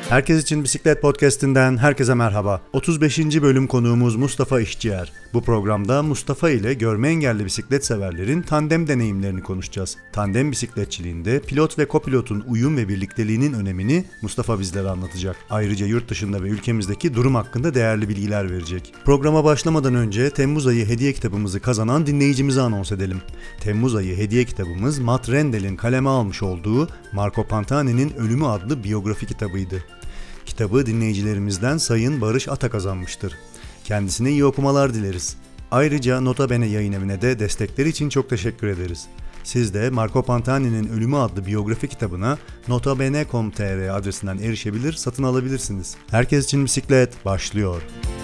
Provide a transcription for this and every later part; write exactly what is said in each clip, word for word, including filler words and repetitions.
Herkes için Bisiklet Podcast'inden herkese merhaba. otuz beşinci bölüm konuğumuz Mustafa İşçier. Bu programda Mustafa ile görme engelli bisiklet severlerin tandem deneyimlerini konuşacağız. Tandem bisikletçiliğinde pilot ve kopilotun uyum ve birlikteliğinin önemini Mustafa bizlere anlatacak. Ayrıca yurt dışında ve ülkemizdeki durum hakkında değerli bilgiler verecek. Programa başlamadan önce Temmuz ayı hediye kitabımızı kazanan dinleyicimizi anons edelim. Temmuz ayı hediye kitabımız Matt Rendel'in kaleme almış olduğu Marco Pantani'nin Ölümü adlı biyografi kitabıydı. Kitabı dinleyicilerimizden Sayın Barış Ata kazanmıştır. Kendisine iyi okumalar dileriz. Ayrıca Nota Bene Yayın Evi'ne de destekleri için çok teşekkür ederiz. Siz de Marco Pantani'nin Ölümü adlı biyografi kitabına notabene nokta com nokta tr adresinden erişebilir, satın alabilirsiniz. Herkes için bisiklet başlıyor.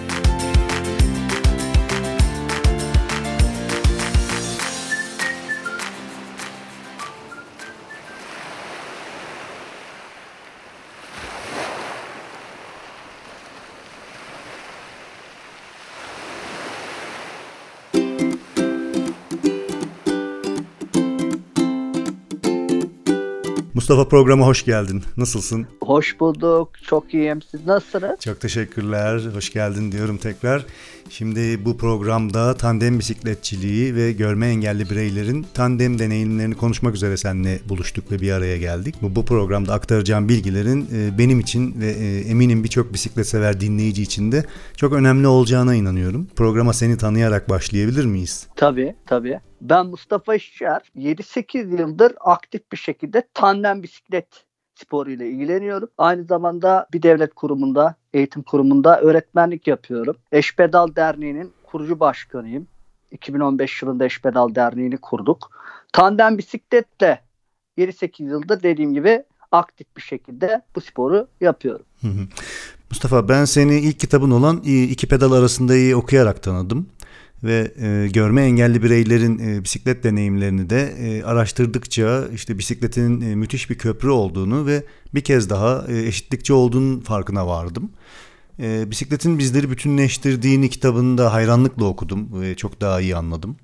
Mustafa, programa hoş geldin. Nasılsın? Hoş bulduk. Çok iyiyim. Siz nasılsınız? Çok teşekkürler. Hoş geldin diyorum tekrar. Şimdi bu programda tandem bisikletçiliği ve görme engelli bireylerin tandem deneyimlerini konuşmak üzere seninle buluştuk ve bir araya geldik. Bu, bu programda aktaracağım bilgilerin e, benim için ve e, eminim birçok bisiklet sever dinleyici için de çok önemli olacağına inanıyorum. Programa seni tanıyarak başlayabilir miyiz? Tabii, tabii. Ben Mustafa İşçier. yedi sekiz yıldır aktif bir şekilde tandem bisiklet sporuyla ilgileniyorum. Aynı zamanda bir devlet kurumunda, eğitim kurumunda öğretmenlik yapıyorum. Eşpedal Derneği'nin kurucu başkanıyım. iki bin on beş yılında Eşpedal Derneği'ni kurduk. Tandem bisikletle yedi sekiz yıldır dediğim gibi aktif bir şekilde bu sporu yapıyorum. Hı hı. Mustafa, ben seni ilk kitabın olan İki Pedal Arasında'yı okuyarak tanıdım. Ve e, görme engelli bireylerin e, bisiklet deneyimlerini de e, araştırdıkça işte bisikletin e, müthiş bir köprü olduğunu ve bir kez daha e, eşitlikçi olduğunun farkına vardım. E, bisikletin bizleri bütünleştirdiğini kitabında hayranlıkla okudum ve çok daha iyi anladım.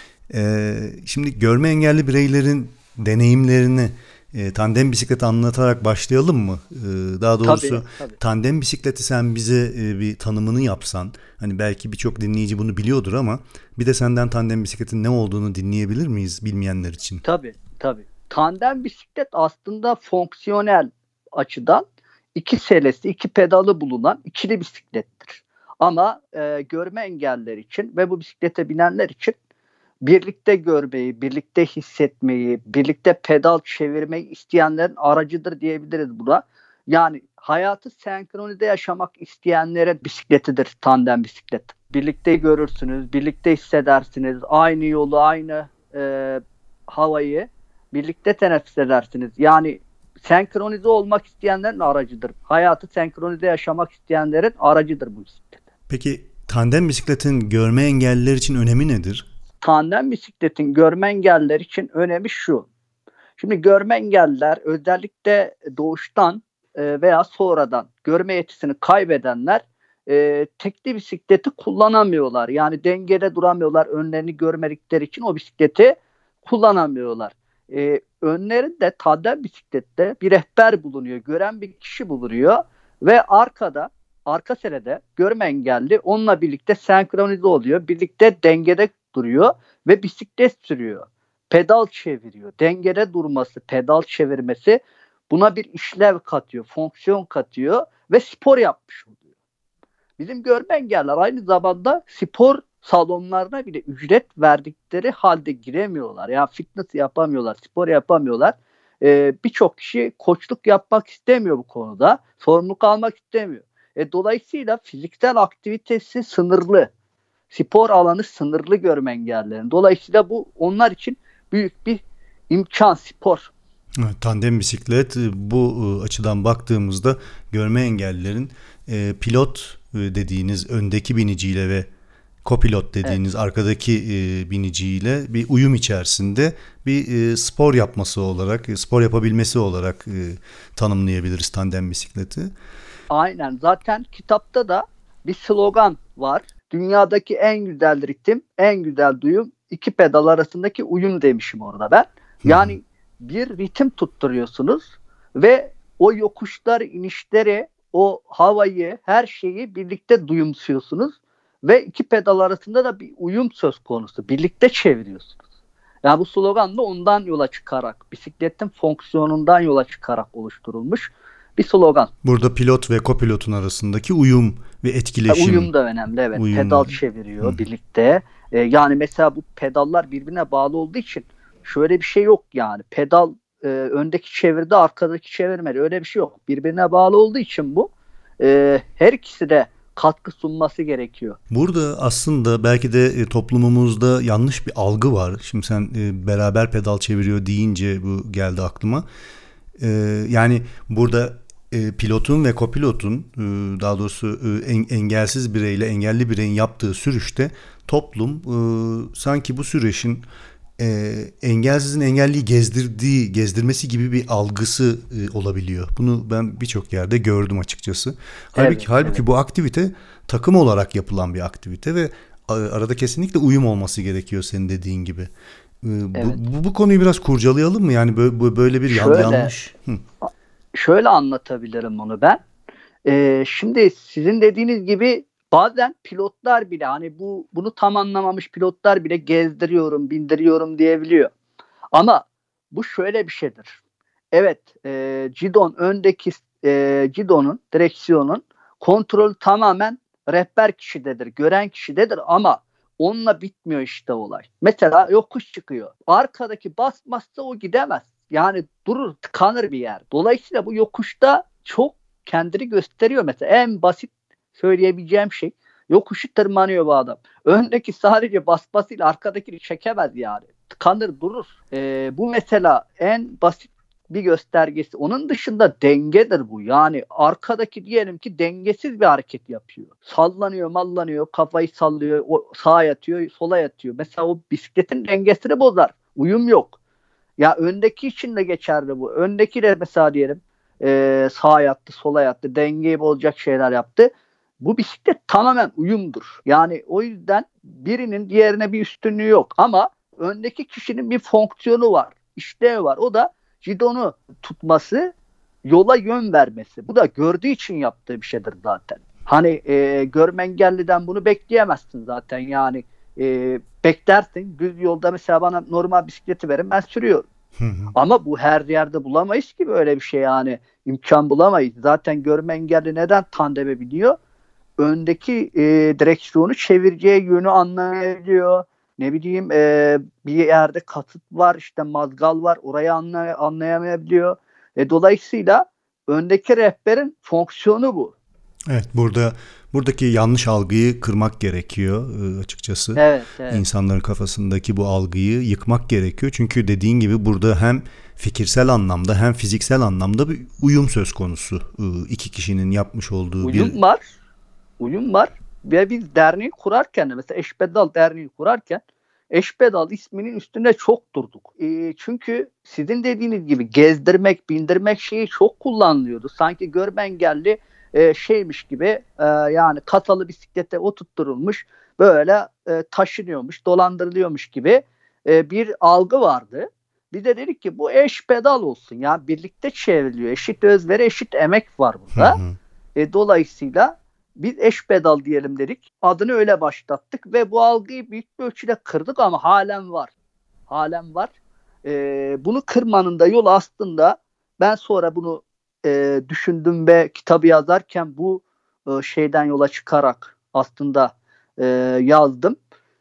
E, şimdi görme engelli bireylerin deneyimlerini E, tandem bisikleti anlatarak başlayalım mı? E, daha doğrusu Tabii, tabii. tandem bisikleti sen bize e, bir tanımını yapsan, hani belki birçok dinleyici bunu biliyordur ama bir de senden tandem bisikletin ne olduğunu dinleyebilir miyiz bilmeyenler için? Tabii, tabii. Tandem bisiklet aslında fonksiyonel açıdan iki selesi, iki pedalı bulunan ikili bisiklettir. Ama e, görme engelliler için ve bu bisiklete binenler için birlikte görmeyi, birlikte hissetmeyi, birlikte pedal çevirmeyi isteyenlerin aracıdır diyebiliriz buna. Yani hayatı senkronize yaşamak isteyenlerin bisikletidir tandem bisiklet. Birlikte görürsünüz, birlikte hissedersiniz, aynı yolu, aynı e, havayı birlikte teneffüs edersiniz. Yani senkronize olmak isteyenlerin aracıdır. Hayatı senkronize yaşamak isteyenlerin aracıdır bu bisiklet. Peki tandem bisikletin görme engelliler için önemi nedir? Tandem bisikletin görme engelliler için önemi şu. Şimdi görme engelliler özellikle doğuştan e, veya sonradan görme yetisini kaybedenler e, tekli bisikleti kullanamıyorlar. Yani dengede duramıyorlar. Önlerini görmedikleri için o bisikleti kullanamıyorlar. E, önlerinde tandem bisiklette bir rehber bulunuyor. Gören bir kişi bulunuyor ve arkada arka serede görme engelli onunla birlikte senkronize oluyor. Birlikte dengede duruyor ve bisiklet sürüyor. Pedal çeviriyor. Dengede durması, pedal çevirmesi buna bir işlev katıyor, fonksiyon katıyor ve spor yapmış oluyor. Bizim görme engelliler aynı zamanda spor salonlarına bile ücret verdikleri halde giremiyorlar. Yani fitness yapamıyorlar, spor yapamıyorlar. Ee, birçok kişi koçluk yapmak istemiyor bu konuda. Sorumluluk almak istemiyor. E, dolayısıyla fiziksel aktivitesi sınırlı. Spor alanı sınırlı görme engellilerin. Dolayısıyla bu onlar için büyük bir imkan, spor. Tandem bisiklet bu açıdan baktığımızda görme engellilerin e, pilot dediğiniz öndeki biniciyle ve kopilot dediğiniz evet. arkadaki e, biniciyle bir uyum içerisinde bir e, spor yapması olarak, spor yapabilmesi olarak e, tanımlayabiliriz tandem bisikleti. Aynen. Zaten kitapta da bir slogan var. Dünyadaki en güzel ritim, en güzel duyum, iki pedal arasındaki uyum demişim orada ben. Yani bir ritim tutturuyorsunuz ve o yokuşlar, inişleri, o havayı, her şeyi birlikte duyumsuyorsunuz ve iki pedal arasında da bir uyum söz konusu. Birlikte çeviriyorsunuz. Yani bu slogan da ondan yola çıkarak, bisikletin fonksiyonundan yola çıkarak oluşturulmuş bir slogan. Burada pilot ve kopilotun arasındaki uyum ve etkileşim. Uyum da önemli, evet. Uyum Pedal ve... çeviriyor Hı. birlikte. Ee, yani mesela bu pedallar birbirine bağlı olduğu için şöyle bir şey yok yani. Pedal e, öndeki çevirdi, arkadaki çevirmedi. Öyle bir şey yok. Birbirine bağlı olduğu için bu e, her ikisi de katkı sunması gerekiyor. Burada aslında belki de e, toplumumuzda yanlış bir algı var. Şimdi sen e, beraber pedal çeviriyor deyince bu geldi aklıma. E, yani burada e, pilotun ve kopilotun, e, daha doğrusu e, en, engelsiz bireyle engelli bireyin yaptığı sürüşte toplum e, sanki bu süreçin e, engelsizin engelliyi gezdirdiği, gezdirmesi gibi bir algısı e, olabiliyor. Bunu ben birçok yerde gördüm açıkçası. Halbuki, Evet, halbuki evet. bu aktivite takım olarak yapılan bir aktivite ve arada kesinlikle uyum olması gerekiyor senin dediğin gibi. E, Evet. bu, bu, bu konuyu biraz kurcalayalım mı? Yani böyle, böyle bir Şöyle, yanlış. Hı. Şöyle anlatabilirim onu ben. Ee, şimdi sizin dediğiniz gibi bazen pilotlar bile hani bu bunu tam anlamamış pilotlar bile gezdiriyorum, bindiriyorum diyebiliyor. Ama bu şöyle bir şeydir. Evet, e, Cidon öndeki e, Cidon'un, direksiyonun kontrolü tamamen rehber kişidedir, gören kişidedir ama onunla bitmiyor işte olay. Mesela yokuş çıkıyor. Arkadaki basmazsa o gidemez. Yani durur, tıkanır bir yer. Dolayısıyla bu yokuşta çok kendini gösteriyor mesela. En basit söyleyebileceğim şey, yokuşu tırmanıyor bu adam. Öndeki sadece basmasıyla arkadakini çekemez yani. Tıkanır durur. Ee, bu mesela en basit bir göstergesi. Onun dışında dengedir bu. Yani arkadaki diyelim ki dengesiz bir hareket yapıyor. Sallanıyor, mallanıyor, kafayı sallıyor, o sağa yatıyor, sola yatıyor. Mesela o bisikletin dengesini bozar. Uyum yok. Ya öndeki için de geçerli bu. Öndeki de mesela diyelim e, sağa yattı, sola yattı, dengeyi bozacak şeyler yaptı. Bu bisiklet tamamen uyumdur. Yani o yüzden birinin diğerine bir üstünlüğü yok. Ama öndeki kişinin bir fonksiyonu var, işlevi var. O da gidonu tutması, yola yön vermesi. Bu da gördüğü için yaptığı bir şeydir zaten. Hani e, görme engelliden bunu bekleyemezsin zaten yani. E, beklersin. Düz yolda mesela bana normal bisikleti verin, ben sürüyorum. Hı hı. Ama bu her yerde bulamayız ki böyle bir şey yani. İmkan bulamayız. Zaten görme engelli neden tandeme biniyor? Öndeki e, direksiyonu çevireceği yönü anlayabiliyor. Ne bileyim e, bir yerde kasıt var, işte mazgal var, orayı anlay- anlayamayabiliyor. E, dolayısıyla öndeki rehberin fonksiyonu bu. Evet, burada buradaki yanlış algıyı kırmak gerekiyor e, açıkçası. Evet, evet. İnsanların kafasındaki bu algıyı yıkmak gerekiyor. Çünkü dediğin gibi burada hem fikirsel anlamda hem fiziksel anlamda bir uyum söz konusu. E, iki kişinin yapmış olduğu Uyum bir... var. Uyum var. Ve biz derneği kurarken de mesela Eşpedal Derneği kurarken Eşpedal isminin üstünde çok durduk. E, çünkü sizin dediğiniz gibi gezdirmek, bindirmek şeyi çok kullanılıyordu. Sanki görme engelli e, şeymiş gibi e, yani kasalı bisiklete oturtturulmuş böyle e, taşınıyormuş, dolandırılıyormuş gibi e, bir algı vardı. Bir de dedik ki bu eş pedal olsun. Yani birlikte çevriliyor. Eşit özveri, eşit emek var Hı burada. hı. E, dolayısıyla biz eş pedal diyelim dedik. Adını öyle başlattık ve bu algıyı büyük bir ölçüde kırdık ama halen var. Halen var. E, bunu kırmanın da yolu aslında ben sonra bunu e, düşündüm ve kitabı yazarken bu e, şeyden yola çıkarak aslında e, yazdım.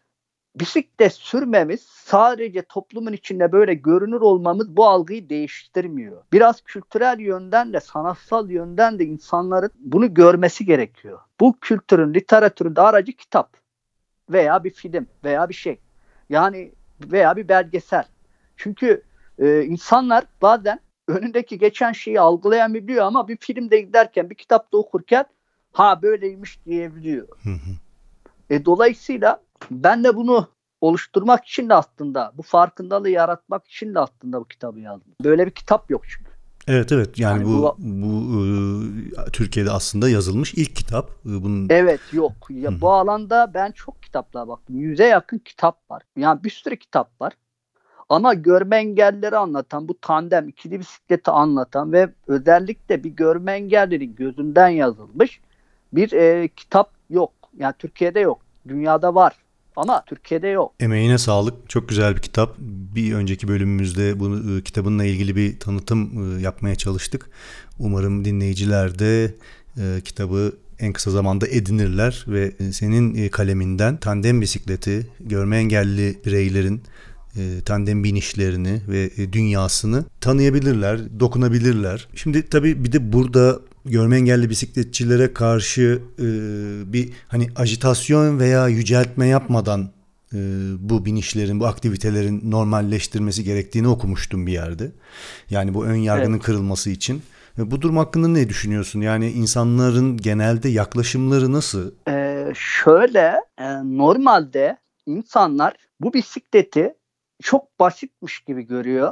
Bisiklet sürmemiz, sadece toplumun içinde böyle görünür olmamız bu algıyı değiştirmiyor. Biraz kültürel yönden de sanatsal yönden de insanların bunu görmesi gerekiyor. Bu kültürün, literatürün de aracı kitap veya bir film veya bir şey. Yani veya bir belgesel. Çünkü e, insanlar bazen önündeki geçen şeyi algılayamayabiliyor ama bir filmde giderken, bir kitapta okurken ha böyleymiş diyebiliyor. Hı hı. E, dolayısıyla ben de bunu oluşturmak için de aslında bu farkındalığı yaratmak için de aslında bu kitabı yazdım. Böyle bir kitap yok çünkü. Evet, evet, yani Yani bu bu bu e, Türkiye'de aslında yazılmış ilk kitap. E, bunun evet yok. Hı Ya, hı. bu alanda ben çok kitaplara baktım. Yüze yakın kitap var. Yani bir sürü kitap var. Ama görme engellileri anlatan, bu tandem ikili bisikleti anlatan ve özellikle bir görme engellinin gözünden yazılmış bir e, kitap yok. Yani Türkiye'de yok. Dünyada var ama Türkiye'de yok. Emeğine sağlık. Çok güzel bir kitap. Bir önceki bölümümüzde bu e, kitabınla ilgili bir tanıtım e, yapmaya çalıştık. Umarım dinleyiciler de e, kitabı en kısa zamanda edinirler ve e, senin e, kaleminden tandem bisikleti, görme engelli bireylerin e, tandem binişlerini ve e, dünyasını tanıyabilirler, dokunabilirler. Şimdi tabii bir de burada görme engelli bisikletçilere karşı e, bir hani ajitasyon veya yüceltme yapmadan e, bu binişlerin, bu aktivitelerin normalleştirmesi gerektiğini okumuştum bir yerde. Yani bu ön yargının Evet. kırılması için. Ve bu durum hakkında ne düşünüyorsun? Yani insanların genelde yaklaşımları nasıl? Ee, şöyle e, normalde insanlar bu bisikleti çok basitmiş gibi görüyor.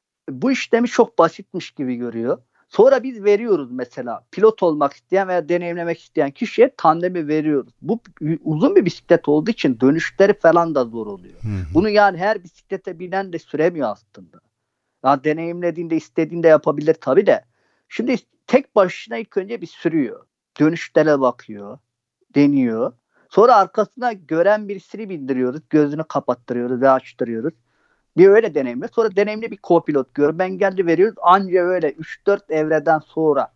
Bu işlemi çok basitmiş gibi görüyor. Sonra biz veriyoruz mesela pilot olmak isteyen veya deneyimlemek isteyen kişiye tandemi veriyoruz. Bu uzun bir bisiklet olduğu için dönüşleri falan da zor oluyor. Hı hı. Bunu yani her bisiklete binen de süremiyor aslında. Yani deneyimlediğinde istediğinde yapabilir tabii de. Şimdi tek başına ilk önce bir sürüyor. Dönüşlere bakıyor, deniyor. Sonra arkasına gören birisini bindiriyoruz. Gözünü kapattırıyoruz ve açtırıyoruz. Bir öyle deneyimle. Sonra deneyimli bir co-pilot görme engelli veriyoruz. Anca öyle üç dört evreden sonra.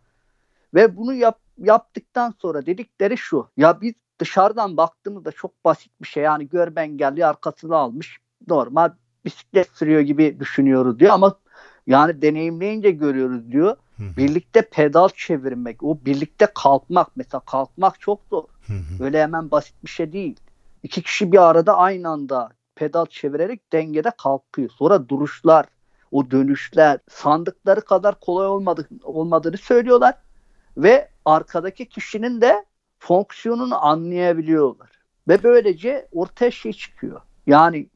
Ve bunu yap, yaptıktan sonra dedikleri şu. Ya biz dışarıdan baktığımızda çok basit bir şey. Yani görme engelli arkasına almış. Normal bisiklet sürüyor gibi düşünüyoruz diyor. Ama yani deneyimleyince görüyoruz diyor. Hı hı. Birlikte pedal çevirmek, o birlikte kalkmak. Mesela kalkmak çok zor. Hı hı. Öyle hemen basit bir şey değil. İki kişi bir arada aynı anda pedal çevirerek dengede kalkıyor. Sonra duruşlar, o dönüşler sandıkları kadar kolay olmadı, olmadığını söylüyorlar. Ve arkadaki kişinin de fonksiyonunu anlayabiliyorlar. Ve böylece ortaya şey çıkıyor. Yani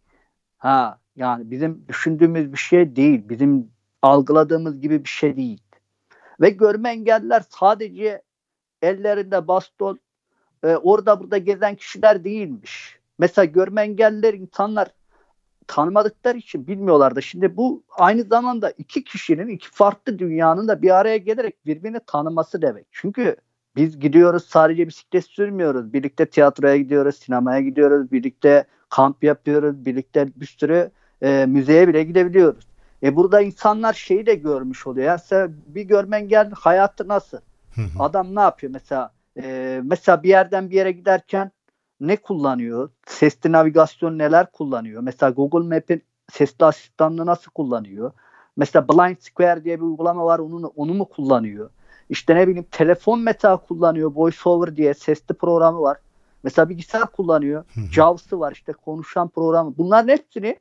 ha yani bizim düşündüğümüz bir şey değil. Bizim algıladığımız gibi bir şey değil. Ve görme engelliler sadece ellerinde baston, e, orada burada gezen kişiler değilmiş. Mesela görme engelliler insanlar tanımadıkları için bilmiyorlardı. Şimdi bu aynı zamanda iki kişinin, iki farklı dünyanın da bir araya gelerek birbirini tanıması demek. Çünkü biz gidiyoruz, sadece bisiklet sürmüyoruz. Birlikte tiyatroya gidiyoruz, sinemaya gidiyoruz, birlikte kamp yapıyoruz, birlikte bir sürü e, müzeye bile gidebiliyoruz. E burada insanlar şeyi de görmüş oluyor. Yani sen bir görmen gel hayatı nasıl? Hı hı. Adam ne yapıyor mesela? E, mesela bir yerden bir yere giderken ne kullanıyor? Sesli navigasyon neler kullanıyor? Mesela Google Map'in sesli asistanını nasıl kullanıyor? Mesela Blind Square diye bir uygulama var. Onu, onu mu kullanıyor? İşte ne bileyim telefon mesela kullanıyor. VoiceOver diye sesli programı var. Mesela bilgisayar kullanıyor. Hı hı. Javas'ı var işte konuşan programı. Bunların hepsini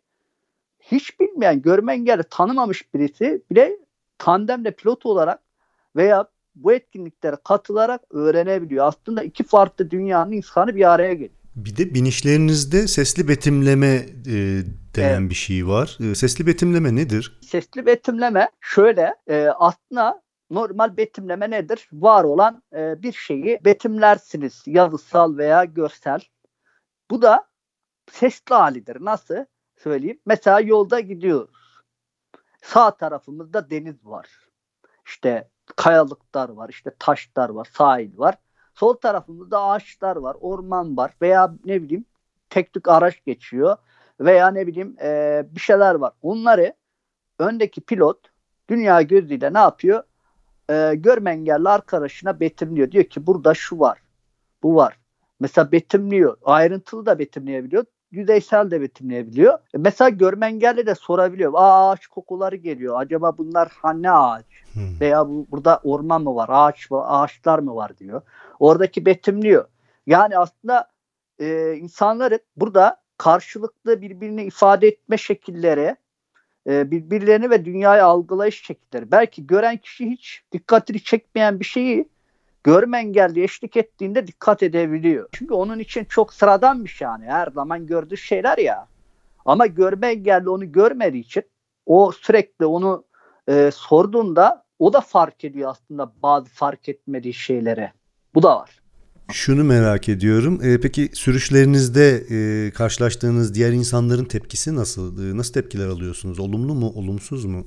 hiç bilmeyen, görme engelli tanımamış birisi bile tandemle pilot olarak veya bu etkinliklere katılarak öğrenebiliyor. Aslında iki farklı dünyanın insanı bir araya geliyor. Bir de binişlerinizde sesli betimleme e, denen Evet. bir şey var. E, sesli betimleme nedir? Sesli betimleme şöyle e, aslında normal betimleme nedir? Var olan e, bir şeyi betimlersiniz yazısal veya görsel. Bu da sesli halidir. Nasıl söyleyeyim? Mesela yolda gidiyoruz. Sağ tarafımızda deniz var. İşte kayalıklar var, işte taşlar var, sahil var. Sol tarafımızda ağaçlar var, orman var veya ne bileyim tek tük araç geçiyor veya ne bileyim e, bir şeyler var. Onları öndeki pilot dünya gözüyle ne yapıyor? E, görme engelli arkadaşına betimliyor. Diyor ki burada şu var, bu var. Mesela betimliyor. Ayrıntılı da betimleyebiliyor. Yüzeysel de betimleyebiliyor. E mesela görme engelli de sorabiliyor. Aa, ağaç kokuları geliyor. Acaba bunlar ha, ne ağaç? Hmm. Veya bu, burada orman mı var? Ağaç var, ağaçlar mı var diyor. Oradaki betimliyor. Yani aslında e, insanların burada karşılıklı birbirini ifade etme şekilleri, e, birbirlerini ve dünyayı algılayış şekilleri. Belki gören kişi hiç dikkatini çekmeyen bir şeyi görme engelli eşlik ettiğinde dikkat edebiliyor. Çünkü onun için çok sıradan bir şey yani. Her zaman gördüğü şeyler ya. Ama görme engelli onu görmediği için o sürekli onu e, sorduğunda o da fark ediyor aslında bazı fark etmediği şeylere. Bu da var. Şunu merak ediyorum. E, peki sürüşlerinizde e, karşılaştığınız diğer insanların tepkisi nasıl? E, nasıl tepkiler alıyorsunuz? Olumlu mu, olumsuz mu?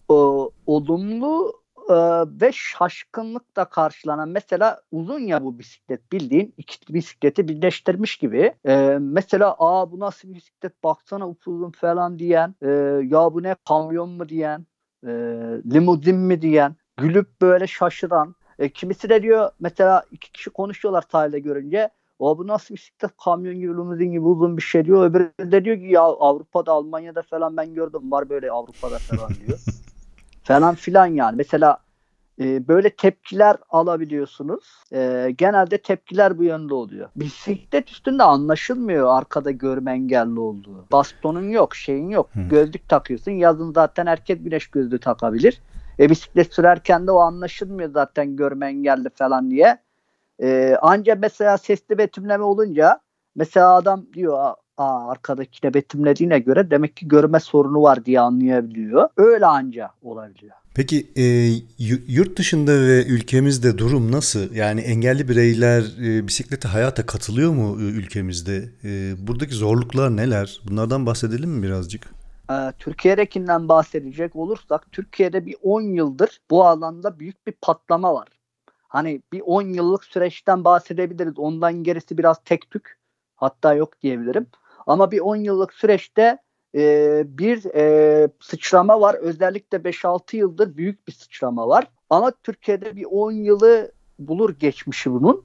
O, olumlu e, ve şaşkınlıkla karşılanan, mesela uzun ya bu bisiklet, bildiğin iki bisikleti birleştirmiş gibi. E, mesela aa bu nasıl bir bisiklet, baksana upuzun falan diyen, e, ya bu ne kamyon mu diyen, e, limuzin mi diyen, gülüp böyle şaşıran. E, kimisi de diyor, mesela iki kişi konuşuyorlar sahilde görünce. O bu nasıl bisiklet, kamyon gibi limuzin gibi uzun bir şey diyor. Öbürü de diyor ki ya Avrupa'da, Almanya'da falan ben gördüm, var böyle Avrupa'da falan diyor. Falan filan yani. Mesela e, böyle tepkiler alabiliyorsunuz. E, genelde tepkiler bu yönde oluyor. Bisiklet üstünde anlaşılmıyor arkada görme engelli olduğu. Bastonun yok, şeyin yok. Hı. Gözlük takıyorsun. Yazın zaten herkes güneş gözlüğü takabilir. E, bisiklet sürerken de o anlaşılmıyor zaten, görme engelli falan diye. E, ancak mesela sesli betimleme olunca, mesela adam diyor aa arkadakine betimlediğine göre demek ki görme sorunu var diye anlayabiliyor. Öyle anca olabiliyor. Peki e, yu- yurt dışında ve ülkemizde durum nasıl? Yani engelli bireyler e, bisiklete hayata katılıyor mu e, ülkemizde? E, buradaki zorluklar neler? Bunlardan bahsedelim mi birazcık? Ee, Türkiye'dekinden bahsedecek olursak, Türkiye'de bir on yıldır bu alanda büyük bir patlama var. Hani bir on yıllık süreçten bahsedebiliriz. Ondan gerisi biraz tek tük, hatta yok diyebilirim. Ama bir on yıllık süreçte e, bir e, sıçrama var. Özellikle beş altı yıldır büyük bir sıçrama var. Ama Türkiye'de bir on yılı bulur geçmişi bunun.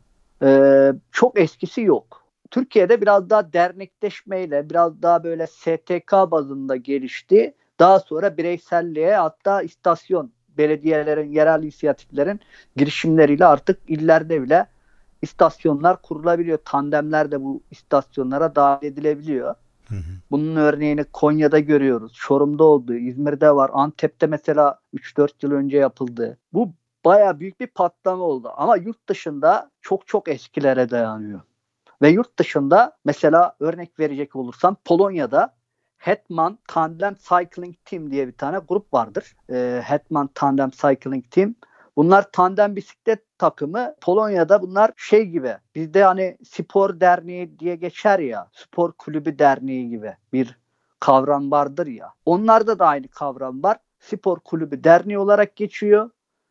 E, çok eskisi yok. Türkiye'de biraz daha dernekleşmeyle, biraz daha böyle S T K bazında gelişti. Daha sonra bireyselliğe, hatta istasyon, belediyelerin, yerel inisiyatiflerin girişimleriyle artık illerde bile istasyonlar kurulabiliyor. Tandemler de bu istasyonlara dahil edilebiliyor. Hı hı. Bunun örneğini Konya'da görüyoruz. Çorum'da oldu, İzmir'de var. Antep'te mesela üç dört yıl önce yapıldı. Bu bayağı büyük bir patlama oldu. Ama yurt dışında çok çok eskilere dayanıyor. Ve yurt dışında mesela örnek verecek olursam, Polonya'da Hetman Tandem Cycling Team diye bir tane grup vardır. E, Hetman Tandem Cycling Team. Bunlar tandem bisiklet takımı. Polonya'da bunlar şey gibi. Bizde hani spor derneği diye geçer ya. Spor kulübü derneği gibi bir kavram vardır ya. Onlarda da aynı kavram var. Spor kulübü derneği olarak geçiyor.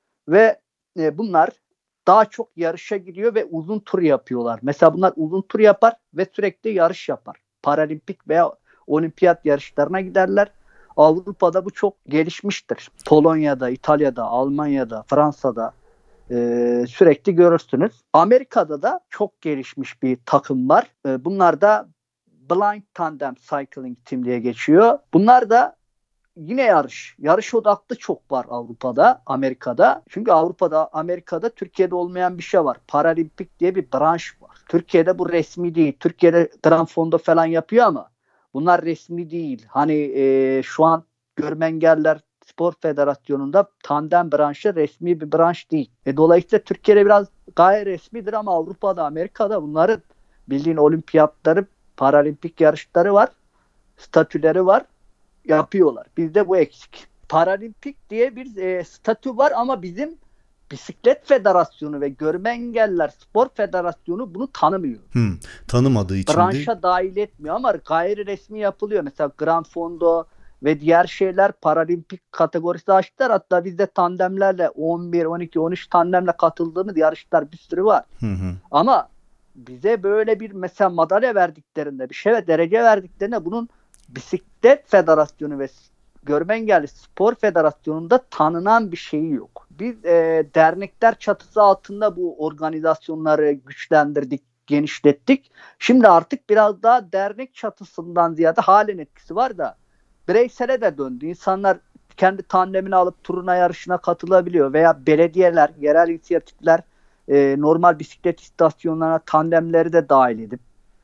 Ve e, bunlar daha çok yarışa gidiyor ve uzun tur yapıyorlar. Mesela bunlar uzun tur yapar ve sürekli yarış yapar. Paralimpik veya olimpiyat yarışlarına giderler. Avrupa'da bu çok gelişmiştir. Polonya'da, İtalya'da, Almanya'da, Fransa'da e, sürekli görürsünüz. Amerika'da da çok gelişmiş bir takım var. E, bunlar da Blind Tandem Cycling Team diye geçiyor. Bunlar da yine yarış. Yarış odaklı çok var Avrupa'da, Amerika'da. Çünkü Avrupa'da, Amerika'da Türkiye'de olmayan bir şey var. Paralimpik diye bir branş var. Türkiye'de bu resmi değil. Türkiye'de Gran Fondo falan yapıyor ama bunlar resmi değil. Hani e, şu an Görme Engelliler Spor Federasyonu'nda tandem branşı resmi bir branş değil. E, dolayısıyla Türkiye'de biraz gayri resmidir ama Avrupa'da, Amerika'da bunların bildiğin olimpiyatları, paralimpik yarışları var. Statüleri var, yapıyorlar. Bizde bu eksik. Paralimpik diye bir e, statü var ama bizim Bisiklet Federasyonu ve Görme Engelliler Spor Federasyonu bunu tanımıyor. Hmm, tanımadığı için de. Branşa dahil etmiyor ama gayri resmi yapılıyor. Mesela Gran Fondo ve diğer şeyler paralimpik kategorisi açtılar. Hatta bizde tandemlerle on bir, on iki, on üç tandemle katıldığımız yarışlar bir sürü var. Hı hı. Ama bize böyle bir mesela madalya verdiklerinde, bir şey ve derece verdiklerinde bunun Bisiklet Federasyonu ve Görme Engelli Spor Federasyonu'nda tanınan bir şeyi yok. Biz e, dernekler çatısı altında bu organizasyonları güçlendirdik, genişlettik. Şimdi artık biraz daha dernek çatısından ziyade halen etkisi var da bireysele de döndü. İnsanlar kendi tandemini alıp turuna yarışına katılabiliyor veya belediyeler, yerel inisiyatifler e, normal bisiklet istasyonlarına tandemleri de dahil edip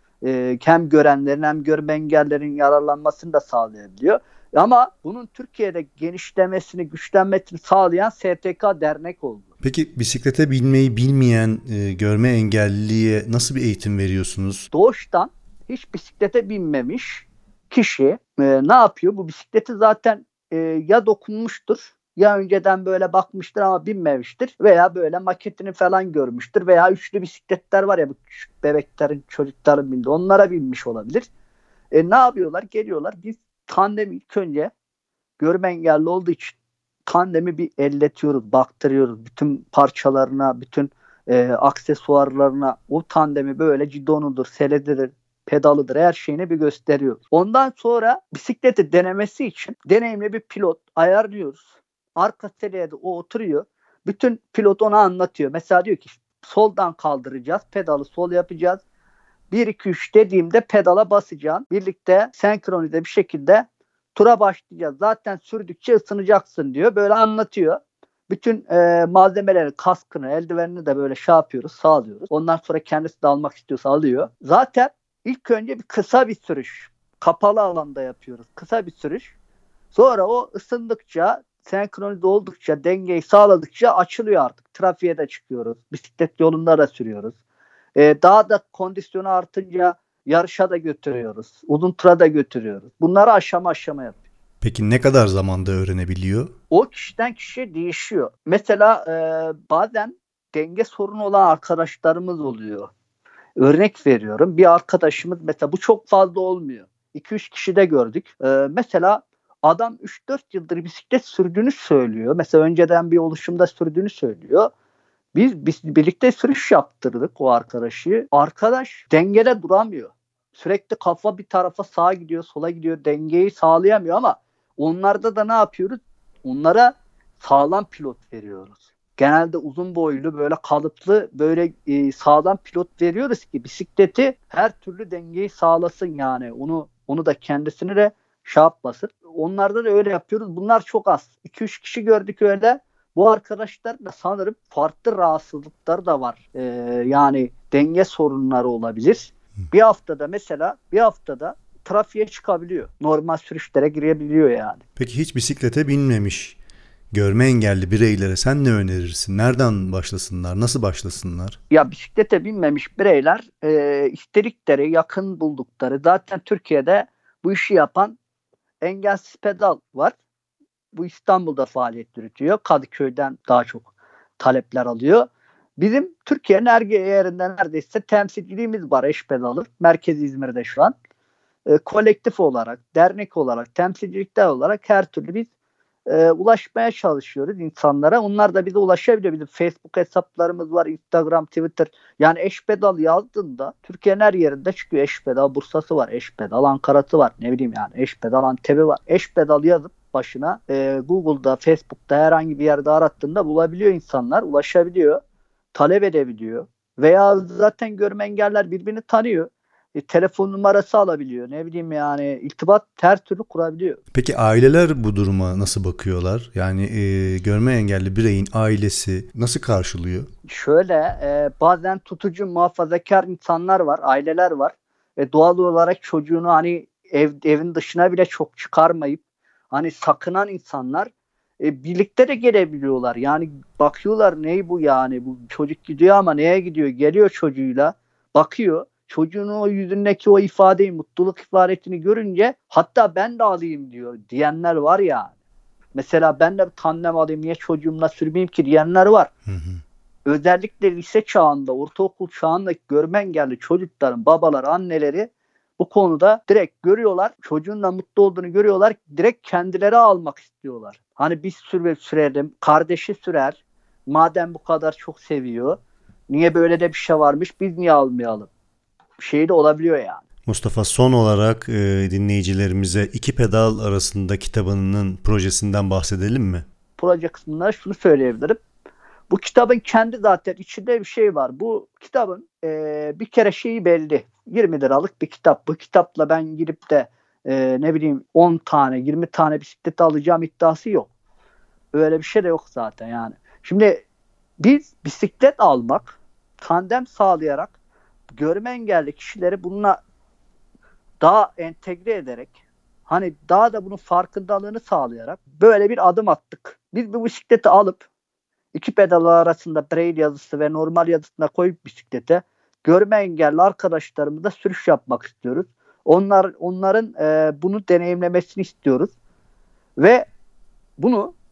e, hem görenlerin hem görme engellerin yararlanmasını da sağlayabiliyor. Ama bunun Türkiye'de genişlemesini, güçlenmesini sağlayan S T K dernek oldu. Peki bisiklete binmeyi bilmeyen e, görme engelliye nasıl bir eğitim veriyorsunuz? Doğuştan hiç bisiklete binmemiş kişi e, ne yapıyor? Bu bisikleti zaten e, ya dokunmuştur Ya önceden böyle bakmıştır ama binmemiştir veya böyle maketini falan görmüştür veya üçlü bisikletler var ya bu küçük bebeklerin, çocukların bindiği, onlara binmiş olabilir. E, ne yapıyorlar? Geliyorlar. Biz tandemi ilk önce görme engelli olduğu için tandemi bir elletiyoruz, baktırıyoruz. Bütün parçalarına, bütün e, aksesuarlarına o tandemi böyle cidonudur, seledidir, pedalıdır, her şeyini bir gösteriyor. Ondan sonra bisikleti denemesi için deneyimli bir pilot ayarlıyoruz. Arka seryede o oturuyor. Bütün pilot ona anlatıyor. Mesela diyor ki soldan kaldıracağız, pedalı sol yapacağız. bir iki üç dediğimde pedala basacaksın. Birlikte senkronize bir şekilde tura başlayacağız. Zaten sürdükçe ısınacaksın diyor. Böyle anlatıyor. Bütün e, malzemeleri, kaskını, eldivenini de böyle şey yapıyoruz, sağlıyoruz. Ondan sonra kendisi de almak istiyorsa alıyor. Zaten ilk önce bir kısa bir sürüş. Kapalı alanda yapıyoruz. Kısa bir sürüş. Sonra o ısındıkça, senkronize oldukça, dengeyi sağladıkça açılıyor artık. Trafiğe de çıkıyoruz. Bisiklet yolunda da sürüyoruz. Ee, daha da kondisyonu artınca yarışa da götürüyoruz. Uzun tura da götürüyoruz. Bunları aşama aşama yapıyoruz. Peki ne kadar zamanda öğrenebiliyor? O kişiden kişiye değişiyor. Mesela e, bazen denge sorunu olan arkadaşlarımız oluyor. Örnek veriyorum. Bir arkadaşımız mesela bu çok fazla olmuyor. iki üç kişi de gördük. Ee, mesela adam üç dört yıldır bisiklet sürdüğünü söylüyor. Mesela önceden bir oluşumda sürdüğünü söylüyor. Biz, biz birlikte sürüş yaptırdık o arkadaşı. Arkadaş dengede duramıyor. Sürekli kafa bir tarafa sağa gidiyor, sola gidiyor. Dengeyi sağlayamıyor ama onlarda da ne yapıyoruz? Onlara sağlam pilot veriyoruz. Genelde uzun boylu, böyle kalıplı, böyle e, sağlam pilot veriyoruz ki bisikleti her türlü dengeyi sağlasın yani. Onu onu da kendisini de şey yapmasın. Onlarda da öyle yapıyoruz. Bunlar çok az. iki üç kişi gördük öyle. Bu arkadaşlar da sanırım farklı rahatsızlıkları da var. Ee, yani denge sorunları olabilir. Bir haftada mesela bir haftada trafiğe çıkabiliyor. Normal sürüşlere girebiliyor yani. Peki hiç bisiklete binmemiş görme engelli bireylere sen ne önerirsin? Nereden başlasınlar? Nasıl başlasınlar? Ya bisiklete binmemiş bireyler e, istedikleri, yakın buldukları, zaten Türkiye'de bu işi yapan Engelsiz Pedal var. Bu İstanbul'da faaliyet yürütüyor. Kadıköy'den daha çok talepler alıyor. Bizim Türkiye'nin her yerinde neredeyse temsilciliğimiz var eş pedalı. Merkezi İzmir'de şu an. E, kolektif olarak, dernek olarak, temsilcilikler olarak her türlü biz e, ulaşmaya çalışıyoruz insanlara. Onlar da bize ulaşabiliyor. Bizim Facebook hesaplarımız var, Instagram, Twitter. Yani eş pedal yazdığında Türkiye'nin her yerinde çıkıyor. Eş pedal Bursa'sı var, eş pedal Ankara'sı var. Ne bileyim yani eş pedal Antep'i var. Eş pedal yazıp başına e, Google'da, Facebook'ta herhangi bir yerde arattığında bulabiliyor insanlar, ulaşabiliyor, talep edebiliyor. Veya zaten görme engeller birbirini tanıyor. E, telefon numarası alabiliyor. Ne bileyim yani irtibat her türlü kurabiliyor. Peki aileler bu duruma nasıl bakıyorlar? Yani e, görme engelli bireyin ailesi nasıl karşılıyor? Şöyle e, bazen tutucu muhafazakar insanlar var, aileler var. E, doğal olarak çocuğunu hani ev, evin dışına bile çok çıkarmayıp hani sakınan insanlar e, birlikte de gelebiliyorlar. Yani bakıyorlar ney bu yani bu çocuk gidiyor ama neye gidiyor? Geliyor çocuğuyla bakıyor. Çocuğun o yüzündeki o ifadeyi, mutluluk ifadesini görünce hatta ben de alayım diyor diyenler var ya. Mesela ben de bir tandem alayım niye çocuğumla sürmeyeyim ki diyenler var. Hı hı. Özellikle lise çağında, ortaokul çağındaki görme engelli çocukların babaları, anneleri bu konuda direkt görüyorlar. Çocuğun da mutlu olduğunu görüyorlar. Direkt kendileri almak istiyorlar. Hani biz süre sürelim, kardeşi sürer. Madem bu kadar çok seviyor. Niye böyle de bir şey varmış? Biz niye almayalım? Şey de olabiliyor yani. Mustafa son olarak e, dinleyicilerimize iki pedal arasında kitabının projesinden bahsedelim mi? Proje kısmında şunu söyleyebilirim. Bu kitabın kendi zaten içinde bir şey var. Bu kitabın e, bir kere şeyi belli. yirmi liralık bir kitap. Bu kitapla ben girip de e, ne bileyim on tane yirmi tane bisiklet alacağım iddiası yok. Öyle bir şey de yok zaten yani. Şimdi biz bisiklet almak, tandem sağlayarak görme engelli kişileri bununla daha entegre ederek hani daha da bunun farkındalığını sağlayarak böyle bir adım attık. Biz bu bisikleti alıp İki pedal arasında braille yazısı ve normal yazısına koyup bisiklete görme engelli arkadaşlarımızla sürüş yapmak istiyoruz. Onlar onların e, bunu deneyimlemesini istiyoruz ve bunu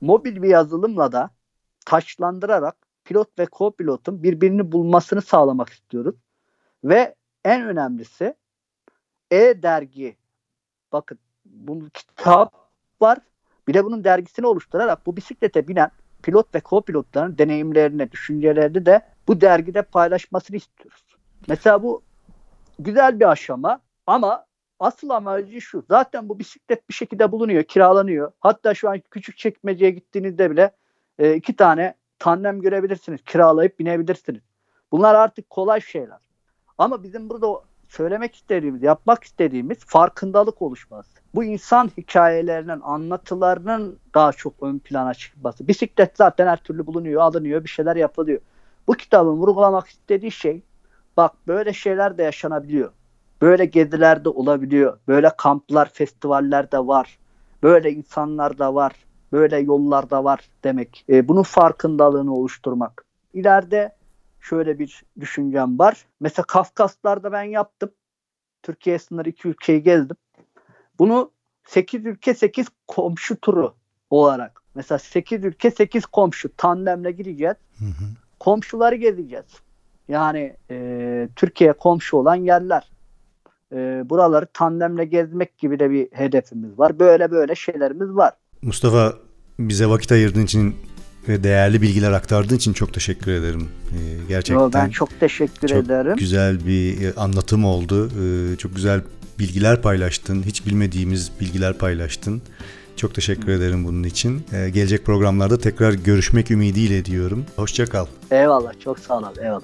mobil bir yazılımla da taçlandırarak pilot ve co-pilotun birbirini bulmasını sağlamak istiyoruz. Ve en önemlisi e-dergi. Bakın bunun kitap var. Bir de bunun dergisini oluşturarak bu bisiklete binen pilot ve co-pilotların deneyimlerini, düşüncelerini de bu dergide paylaşmasını istiyoruz. Mesela bu güzel bir aşama ama asıl amacı şu. Zaten bu bisiklet bir şekilde bulunuyor, kiralanıyor. Hatta şu an Küçükçekmece'ye gittiğinizde bile e, iki tane tandem görebilirsiniz. Kiralayıp binebilirsiniz. Bunlar artık kolay şeyler. Ama bizim burada söylemek istediğimiz, yapmak istediğimiz farkındalık oluşması. Bu insan hikayelerinin, anlatılarının daha çok ön plana çıkması. Bisiklet zaten her türlü bulunuyor, alınıyor, bir şeyler yapılıyor. Bu kitabın vurgulamak istediği şey, bak böyle şeyler de yaşanabiliyor. Böyle geziler de olabiliyor. Böyle kamplar, festivaller de var. Böyle insanlar da var. Böyle yollar da var demek. E, bunun farkındalığını oluşturmak. İleride şöyle bir düşüncem var. Mesela Kafkaslar'da ben yaptım. Türkiye sınırı iki ülkeyi gezdim. Bunu sekiz ülke sekiz komşu turu olarak. Mesela sekiz ülke sekiz komşu tandemle gideceğiz. Hı hı. Komşuları gezeceğiz. Yani e, Türkiye komşu olan yerler. E, buraları tandemle gezmek gibi de bir hedefimiz var. Böyle böyle şeylerimiz var. Mustafa, bize vakit ayırdığın için ve değerli bilgiler aktardığın için çok teşekkür ederim. Ee, gerçekten Yo, ben çok teşekkür çok ederim. Çok güzel bir anlatım oldu. Ee, çok güzel bilgiler paylaştın. Hiç bilmediğimiz bilgiler paylaştın. Çok teşekkür Hı. ederim bunun için. Ee, gelecek programlarda tekrar görüşmek ümidiyle diyorum. Hoşça kal. Eyvallah. Çok sağ ol abi. Eyvallah.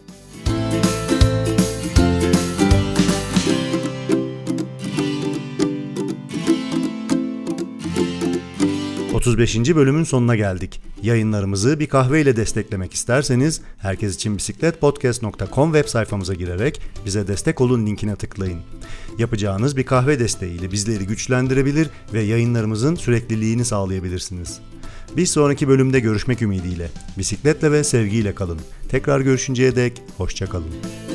otuz beşinci bölümün sonuna geldik. Yayınlarımızı bir kahveyle desteklemek isterseniz herkes için bisiklet podcast nokta com web sayfamıza girerek bize destek olun linkine tıklayın. Yapacağınız bir kahve desteğiyle bizleri güçlendirebilir ve yayınlarımızın sürekliliğini sağlayabilirsiniz. Bir sonraki bölümde görüşmek ümidiyle. Bisikletle ve sevgiyle kalın. Tekrar görüşünceye dek hoşça kalın.